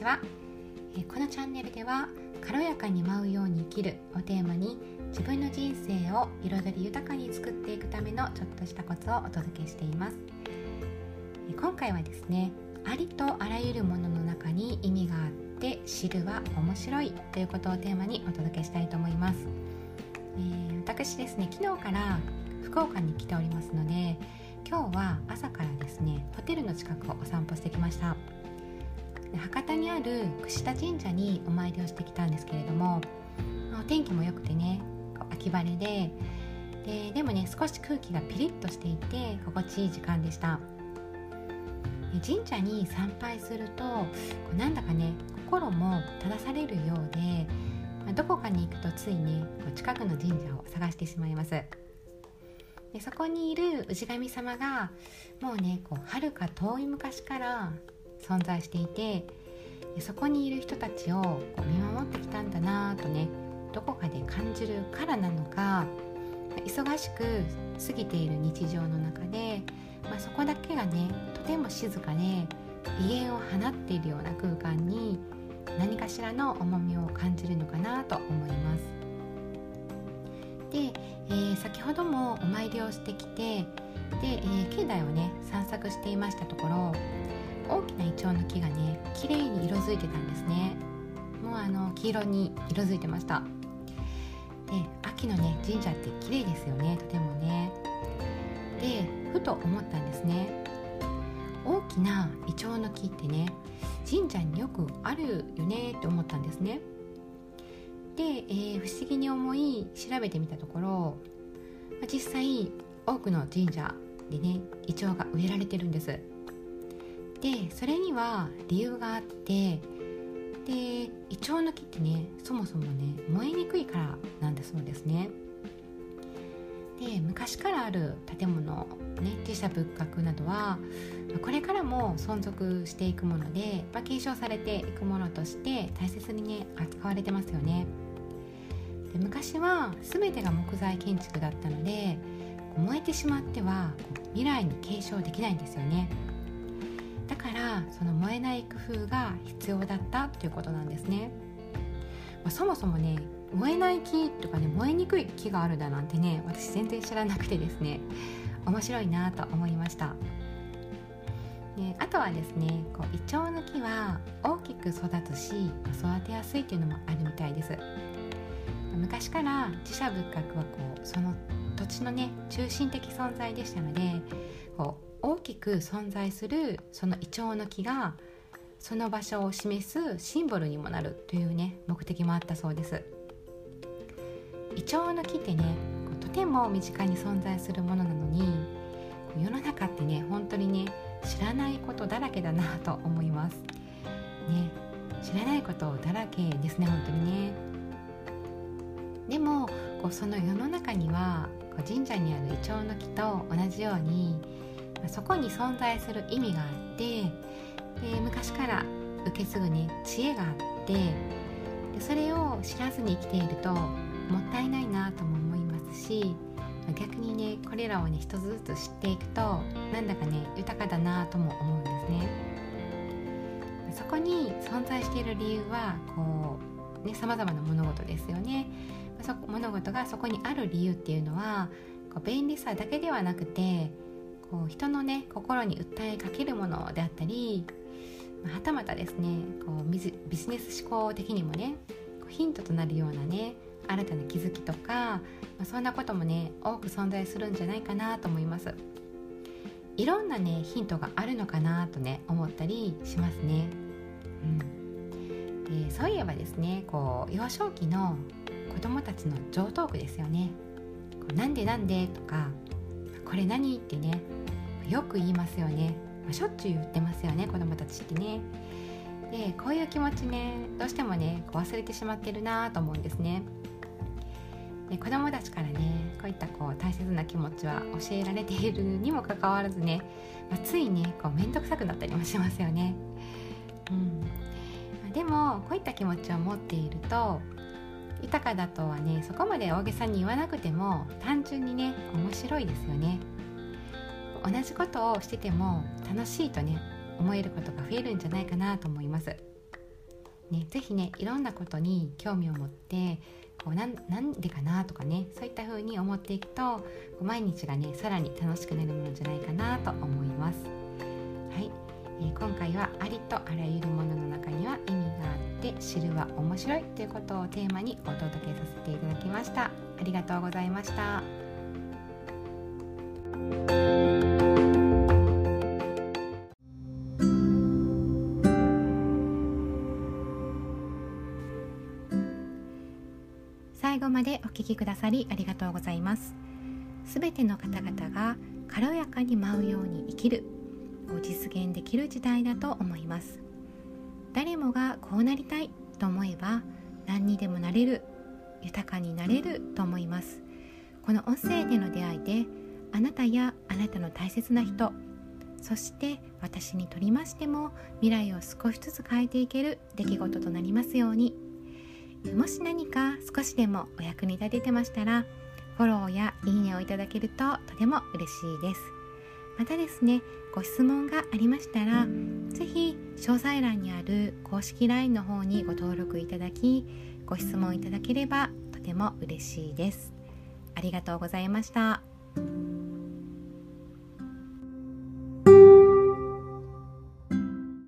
ちは。このチャンネルでは軽やかに舞うように生きるをテーマに自分の人生を彩り豊かに作っていくためのちょっとしたコツをお届けしています。今回はですね、ありとあらゆるものの中に意味があって知るは面白いということをテーマにお届けしたいと思います。私ですね、昨日から福岡に来ておりますので、今日は朝からですねホテルの近くをお散歩してきました。博多にある櫛田神社にお参りをしてきたんですけれども、お天気も良くてね、秋晴れでもね、少し空気がピリッとしていて心地いい時間でした。神社に参拝するとなんだかね、心も正されるようで、どこかに行くとついね近くの神社を探してしまいます。でそこにいる氏神様がもうね遥か遠い昔から存在していて、そこにいる人たちを見守ってきたんだなとね、どこかで感じるからなのか、忙しく過ぎている日常の中で、そこだけがねとても静かで威厳を放っているような空間に何かしらの重みを感じるのかなと思います。で、先ほどもお参りをしてきて、で、境内をね散策していましたところ、大きなイチョウの木がね綺麗に色づいてたんですね。もう黄色に色づいてました。で、秋のね神社って綺麗ですよね、とてもね。で、ふと思ったんですね。大きなイチョウの木ってね、神社によくあるよねって思ったんですね。で、不思議に思い調べてみたところ、実際多くの神社でねイチョウが植えられてるんです。で、それには理由があって、でイチョウの木ってね、そもそもね燃えにくいからなんだそうですね。で、昔からある建物、寺社仏閣などはこれからも存続していくもので、継承されていくものとして大切にね扱われてますよね。で、昔は全てが木材建築だったので、燃えてしまっては未来に継承できないんですよね。だからその燃えない工夫が必要だったということなんですね。そもそもね、燃えない木とかね、燃えにくい木があるだなんてね、私全然知らなくてですね、面白いなと思いました。で、あとはですね、イチョウの木は大きく育つし育てやすいっていうのもあるみたいです。昔から寺社仏閣はその土地のね中心的存在でしたので、大きく存在するそのイチョウの木がその場所を示すシンボルにもなるというね目的もあったそうです。イチョウの木ってね、とても身近に存在するものなのに、世の中ってね本当にね知らないことだらけだなと思いますね。知らないことだらけですね、本当にね。でもその世の中には神社にあるイチョウの木と同じようにそこに存在する意味があって、で昔から受け継ぐね知恵があって、でそれを知らずに生きているともったいないなとも思いますし、逆にねこれらをね一つずつ知っていくとなんだかね豊かだなとも思うんですね。そこに存在している理由は様々な物事ですよね。物事がそこにある理由っていうのは便利さだけではなくて、人のね心に訴えかけるものであったり、はたまたですねビジネス思考的にもねヒントとなるようなね新たな気づきとか、そんなこともね多く存在するんじゃないかなと思います。いろんなねヒントがあるのかなとね思ったりしますね。で、そういえばですね幼少期の子供たちの常套句ですよね。なんでなんでとか、これ何ってねよく言いますよね。しょっちゅう言ってますよね、子供たちってね。で、こういう気持ちねどうしてもね忘れてしまってるなと思うんですね。で、子供たちからねこういった大切な気持ちは教えられているにもかかわらずね、ついね面倒くさくなったりもしますよね。でもこういった気持ちを持っていると豊かだとはねそこまで大げさに言わなくても単純にね面白いですよね。同じことをしてても楽しいとね思えることが増えるんじゃないかなと思います。 ぜひね、いろんなことに興味を持ってなんでかなとかね、そういった風に思っていくと毎日がねさらに楽しくなるものじゃないかなと思います。はい、今回はありとあらゆるものの中には意味があって知るは面白いということをテーマにお届けさせていただきました。ありがとうございました。最後までお聞きくださりありがとうございます。すべての方々が軽やかに舞うように生きるを実現できる時代だと思います。誰もがこうなりたいと思えば何にでもなれる、豊かになれると思います。この音声での出会いであなたやあなたの大切な人、そして私にとりましても未来を少しずつ変えていける出来事となりますように。もし何か少しでもお役に立ててましたらフォローやいいねをいただけるととても嬉しいです。またですね、ご質問がありましたらぜひ詳細欄にある公式 LINE の方にご登録いただきご質問いただければとても嬉しいです。ありがとうございました。